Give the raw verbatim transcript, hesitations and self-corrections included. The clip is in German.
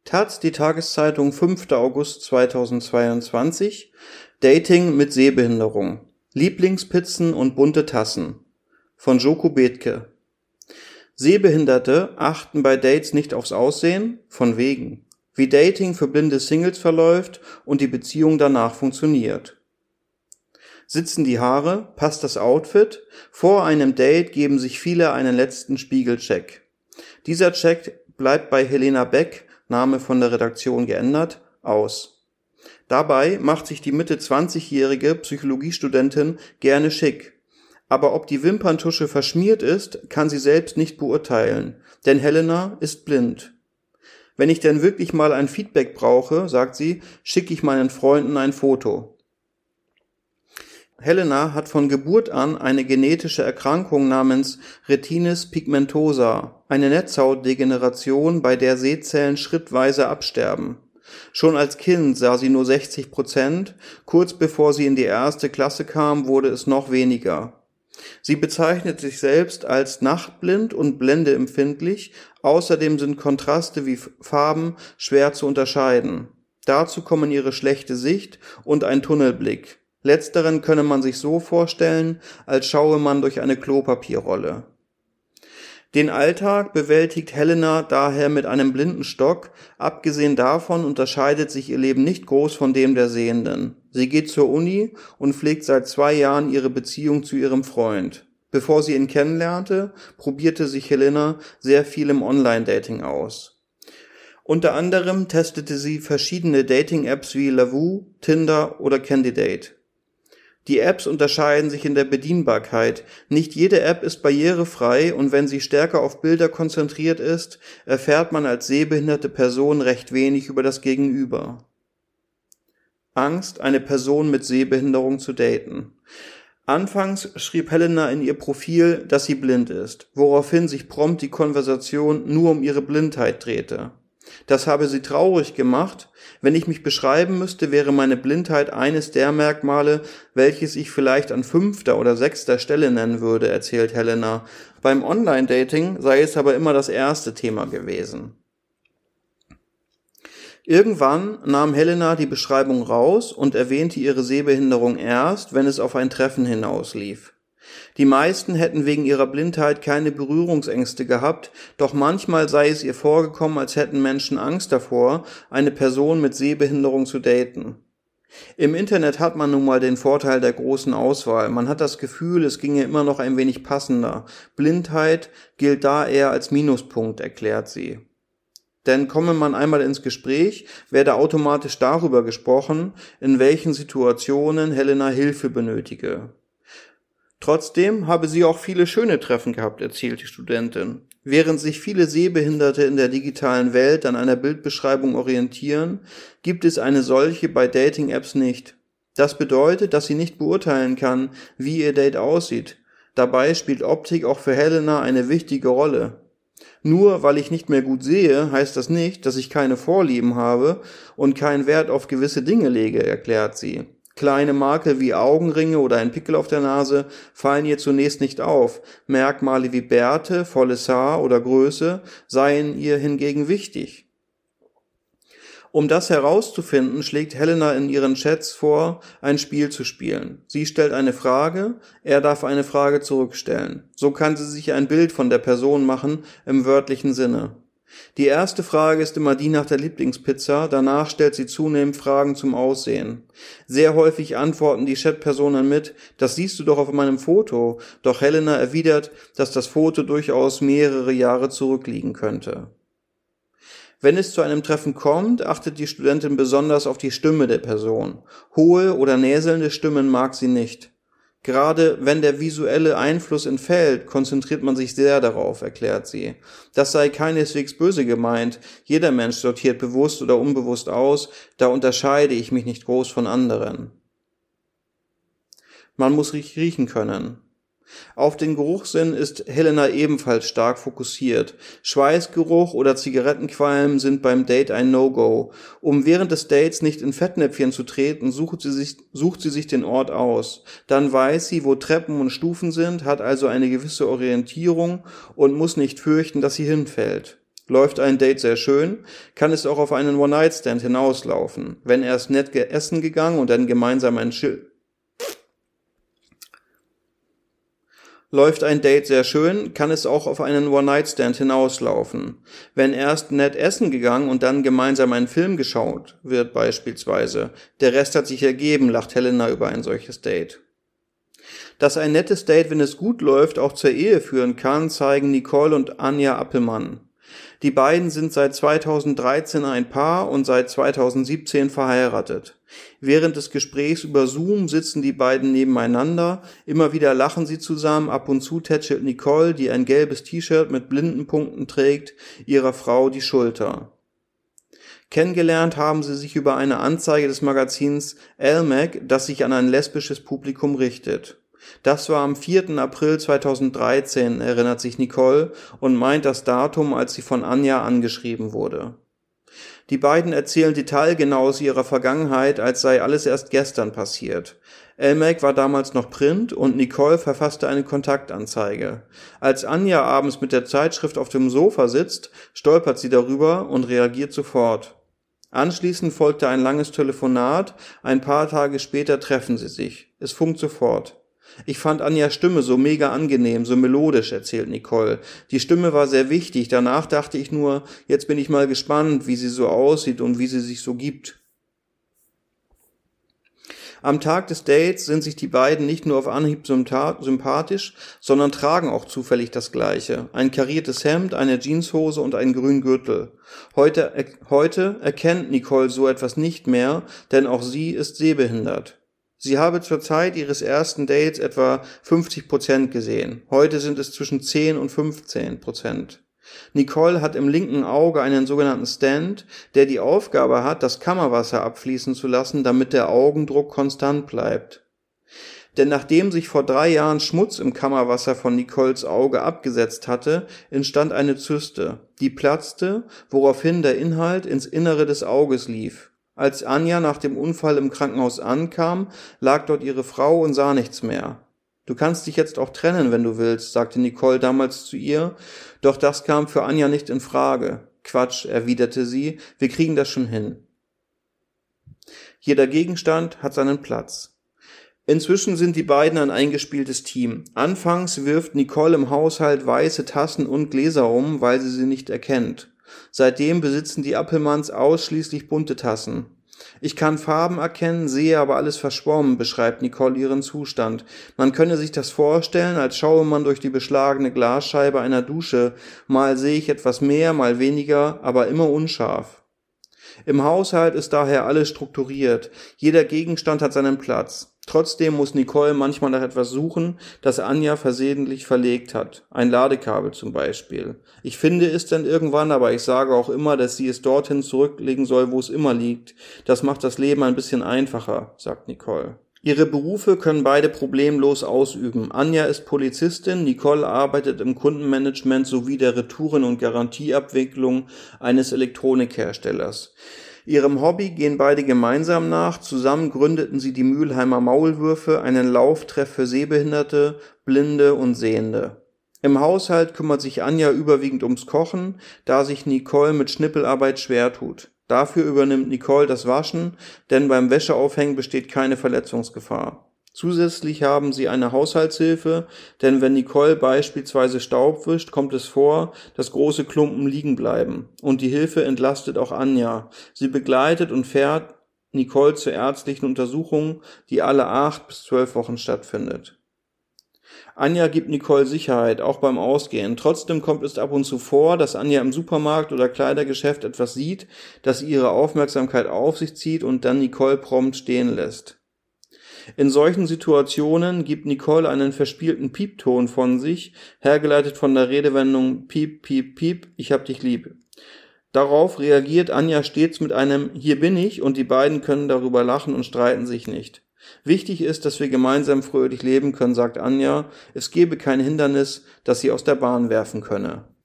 Taz, die Tageszeitung, fünfter August zweitausendzweiundzwanzig. Dating mit Sehbehinderung. Lieblingspizzen und bunte Tassen. Von Joko Bethke. Sehbehinderte achten bei Dates nicht aufs Aussehen? Von wegen. Wie Dating für blinde Singles verläuft und die Beziehung danach funktioniert. Sitzen die Haare? Passt das Outfit? Vor einem Date geben sich viele einen letzten Spiegelcheck. Dieser Check bleibt bei Helena Beck, Name von der Redaktion geändert, aus. Dabei macht sich die Mitte zwanzigjährige Psychologiestudentin gerne schick. Aber ob die Wimperntusche verschmiert ist, kann sie selbst nicht beurteilen, denn Helena ist blind. Wenn ich denn wirklich mal ein Feedback brauche, sagt sie, schicke ich meinen Freunden ein Foto. Helena hat von Geburt an eine genetische Erkrankung namens Retinitis pigmentosa, eine Netzhautdegeneration, bei der Sehzellen schrittweise absterben. Schon als Kind sah sie nur sechzig Prozent, kurz bevor sie in die erste Klasse kam, wurde es noch weniger. Sie bezeichnet sich selbst als nachtblind und blendeempfindlich, außerdem sind Kontraste wie Farben schwer zu unterscheiden. Dazu kommen ihre schlechte Sicht und ein Tunnelblick. Letzteren könne man sich so vorstellen, als schaue man durch eine Klopapierrolle. Den Alltag bewältigt Helena daher mit einem Blindenstock, abgesehen davon unterscheidet sich ihr Leben nicht groß von dem der Sehenden. Sie geht zur Uni und pflegt seit zwei Jahren ihre Beziehung zu ihrem Freund. Bevor sie ihn kennenlernte, probierte sich Helena sehr viel im Online-Dating aus. Unter anderem testete sie verschiedene Dating-Apps wie Lavu, Tinder oder Candidate. Die Apps unterscheiden sich in der Bedienbarkeit. Nicht jede App ist barrierefrei und wenn sie stärker auf Bilder konzentriert ist, erfährt man als sehbehinderte Person recht wenig über das Gegenüber. Angst, eine Person mit Sehbehinderung zu daten. Anfangs schrieb Helena in ihr Profil, dass sie blind ist, woraufhin sich prompt die Konversation nur um ihre Blindheit drehte. Das habe sie traurig gemacht. Wenn ich mich beschreiben müsste, wäre meine Blindheit eines der Merkmale, welches ich vielleicht an fünfter oder sechster Stelle nennen würde, erzählt Helena. Beim Online-Dating sei es aber immer das erste Thema gewesen. Irgendwann nahm Helena die Beschreibung raus und erwähnte ihre Sehbehinderung erst, wenn es auf ein Treffen hinauslief. Die meisten hätten wegen ihrer Blindheit keine Berührungsängste gehabt, doch manchmal sei es ihr vorgekommen, als hätten Menschen Angst davor, eine Person mit Sehbehinderung zu daten. Im Internet hat man nun mal den Vorteil der großen Auswahl. Man hat das Gefühl, es ginge immer noch ein wenig passender. Blindheit gilt da eher als Minuspunkt, erklärt sie. Denn komme man einmal ins Gespräch, werde automatisch darüber gesprochen, in welchen Situationen Helena Hilfe benötige. Trotzdem habe sie auch viele schöne Treffen gehabt, erzählt die Studentin. Während sich viele Sehbehinderte in der digitalen Welt an einer Bildbeschreibung orientieren, gibt es eine solche bei Dating-Apps nicht. Das bedeutet, dass sie nicht beurteilen kann, wie ihr Date aussieht. Dabei spielt Optik auch für Helena eine wichtige Rolle. Nur weil ich nicht mehr gut sehe, heißt das nicht, dass ich keine Vorlieben habe und keinen Wert auf gewisse Dinge lege, erklärt sie. Kleine Makel wie Augenringe oder ein Pickel auf der Nase fallen ihr zunächst nicht auf. Merkmale wie Bärte, volles Haar oder Größe seien ihr hingegen wichtig. Um das herauszufinden, schlägt Helena in ihren Chats vor, ein Spiel zu spielen. Sie stellt eine Frage, er darf eine Frage zurückstellen. So kann sie sich ein Bild von der Person machen, im wörtlichen Sinne. Die erste Frage ist immer die nach der Lieblingspizza, danach stellt sie zunehmend Fragen zum Aussehen. Sehr häufig antworten die Chatpersonen mit, das siehst du doch auf meinem Foto, doch Helena erwidert, dass das Foto durchaus mehrere Jahre zurückliegen könnte. Wenn es zu einem Treffen kommt, achtet die Studentin besonders auf die Stimme der Person. Hohe oder näselnde Stimmen mag sie nicht. Gerade wenn der visuelle Einfluss entfällt, konzentriert man sich sehr darauf, erklärt sie. Das sei keineswegs böse gemeint. Jeder Mensch sortiert bewusst oder unbewusst aus, da unterscheide ich mich nicht groß von anderen. Man muss riechen können. Auf den Geruchssinn ist Helena ebenfalls stark fokussiert. Schweißgeruch oder Zigarettenqualm sind beim Date ein No-Go. Um während des Dates nicht in Fettnäpfchen zu treten, sucht sie sich, sucht sie sich den Ort aus. Dann weiß sie, wo Treppen und Stufen sind, hat also eine gewisse Orientierung und muss nicht fürchten, dass sie hinfällt. Läuft ein Date sehr schön, kann es auch auf einen One-Night-Stand hinauslaufen. Wenn erst nett essen gegangen und dann gemeinsam ein Schild Läuft ein Date sehr schön, kann es auch auf einen One-Night-Stand hinauslaufen. Wenn erst nett essen gegangen und dann gemeinsam einen Film geschaut wird beispielsweise. Der Rest hat sich ergeben, lacht Helena über ein solches Date. Dass ein nettes Date, wenn es gut läuft, auch zur Ehe führen kann, zeigen Nicole und Anja Appelmann. Die beiden sind seit zweitausenddreizehn ein Paar und seit zweitausendsiebzehn verheiratet. Während des Gesprächs über Zoom sitzen die beiden nebeneinander, immer wieder lachen sie zusammen, ab und zu tätschelt Nicole, die ein gelbes T-Shirt mit Blindenpunkten trägt, ihrer Frau die Schulter. Kennengelernt haben sie sich über eine Anzeige des Magazins Elle Mag, das sich an ein lesbisches Publikum richtet. Das war am vierten April zweitausenddreizehn, erinnert sich Nicole und meint das Datum, als sie von Anja angeschrieben wurde. Die beiden erzählen detailgenau aus ihrer Vergangenheit, als sei alles erst gestern passiert. Elle Mag war damals noch Print und Nicole verfasste eine Kontaktanzeige. Als Anja abends mit der Zeitschrift auf dem Sofa sitzt, stolpert sie darüber und reagiert sofort. Anschließend folgte ein langes Telefonat, ein paar Tage später treffen sie sich. Es funkt sofort. Ich fand Anjas Stimme so mega angenehm, so melodisch, erzählt Nicole. Die Stimme war sehr wichtig, danach dachte ich nur, jetzt bin ich mal gespannt, wie sie so aussieht und wie sie sich so gibt. Am Tag des Dates sind sich die beiden nicht nur auf Anhieb sympathisch, sondern tragen auch zufällig das Gleiche. Ein kariertes Hemd, eine Jeanshose und einen grünen Gürtel. Heute, heute erkennt Nicole so etwas nicht mehr, denn auch sie ist sehbehindert. Sie habe zur Zeit ihres ersten Dates etwa fünfzig Prozent gesehen. Heute sind es zwischen zehn und fünfzehn Prozent. Nicole hat im linken Auge einen sogenannten Stand, der die Aufgabe hat, das Kammerwasser abfließen zu lassen, damit der Augendruck konstant bleibt. Denn nachdem sich vor drei Jahren Schmutz im Kammerwasser von Nicoles Auge abgesetzt hatte, entstand eine Zyste. Die platzte, woraufhin der Inhalt ins Innere des Auges lief. Als Anja nach dem Unfall im Krankenhaus ankam, lag dort ihre Frau und sah nichts mehr. Du kannst dich jetzt auch trennen, wenn du willst, sagte Nicole damals zu ihr, doch das kam für Anja nicht in Frage. Quatsch, erwiderte sie, wir kriegen das schon hin. Jeder Gegenstand hat seinen Platz. Inzwischen sind die beiden ein eingespieltes Team. Anfangs wirft Nicole im Haushalt weiße Tassen und Gläser um, weil sie sie nicht erkennt. Seitdem besitzen die Appelmanns ausschließlich bunte Tassen. Ich kann Farben erkennen, sehe aber alles verschwommen, beschreibt Nicole ihren Zustand. Man könne sich das vorstellen, als schaue man durch die beschlagene Glasscheibe einer Dusche. Mal sehe ich etwas mehr, mal weniger, aber immer unscharf. Im Haushalt ist daher alles strukturiert. Jeder Gegenstand hat seinen Platz. Trotzdem muss Nicole manchmal nach etwas suchen, das Anja versehentlich verlegt hat. Ein Ladekabel zum Beispiel. Ich finde es dann irgendwann, aber ich sage auch immer, dass sie es dorthin zurücklegen soll, wo es immer liegt. Das macht das Leben ein bisschen einfacher, sagt Nicole. Ihre Berufe können beide problemlos ausüben. Anja ist Polizistin, Nicole arbeitet im Kundenmanagement sowie der Retouren- und Garantieabwicklung eines Elektronikherstellers. Ihrem Hobby gehen beide gemeinsam nach. Zusammen gründeten sie die Mülheimer Maulwürfe, einen Lauftreff für Sehbehinderte, Blinde und Sehende. Im Haushalt kümmert sich Anja überwiegend ums Kochen, da sich Nicole mit Schnippelarbeit schwer tut. Dafür übernimmt Nicole das Waschen, denn beim Wäscheaufhängen besteht keine Verletzungsgefahr. Zusätzlich haben sie eine Haushaltshilfe, denn wenn Nicole beispielsweise Staub wischt, kommt es vor, dass große Klumpen liegen bleiben. Und die Hilfe entlastet auch Anja. Sie begleitet und fährt Nicole zur ärztlichen Untersuchung, die alle acht bis zwölf Wochen stattfindet. Anja gibt Nicole Sicherheit, auch beim Ausgehen. Trotzdem kommt es ab und zu vor, dass Anja im Supermarkt oder Kleidergeschäft etwas sieht, das ihre Aufmerksamkeit auf sich zieht und dann Nicole prompt stehen lässt. In solchen Situationen gibt Nicole einen verspielten Piepton von sich, hergeleitet von der Redewendung Piep, Piep, Piep, ich hab dich lieb. Darauf reagiert Anja stets mit einem Hier bin ich und die beiden können darüber lachen und streiten sich nicht. Wichtig ist, dass wir gemeinsam fröhlich leben können, sagt Anja. Es gebe kein Hindernis, das sie aus der Bahn werfen könne.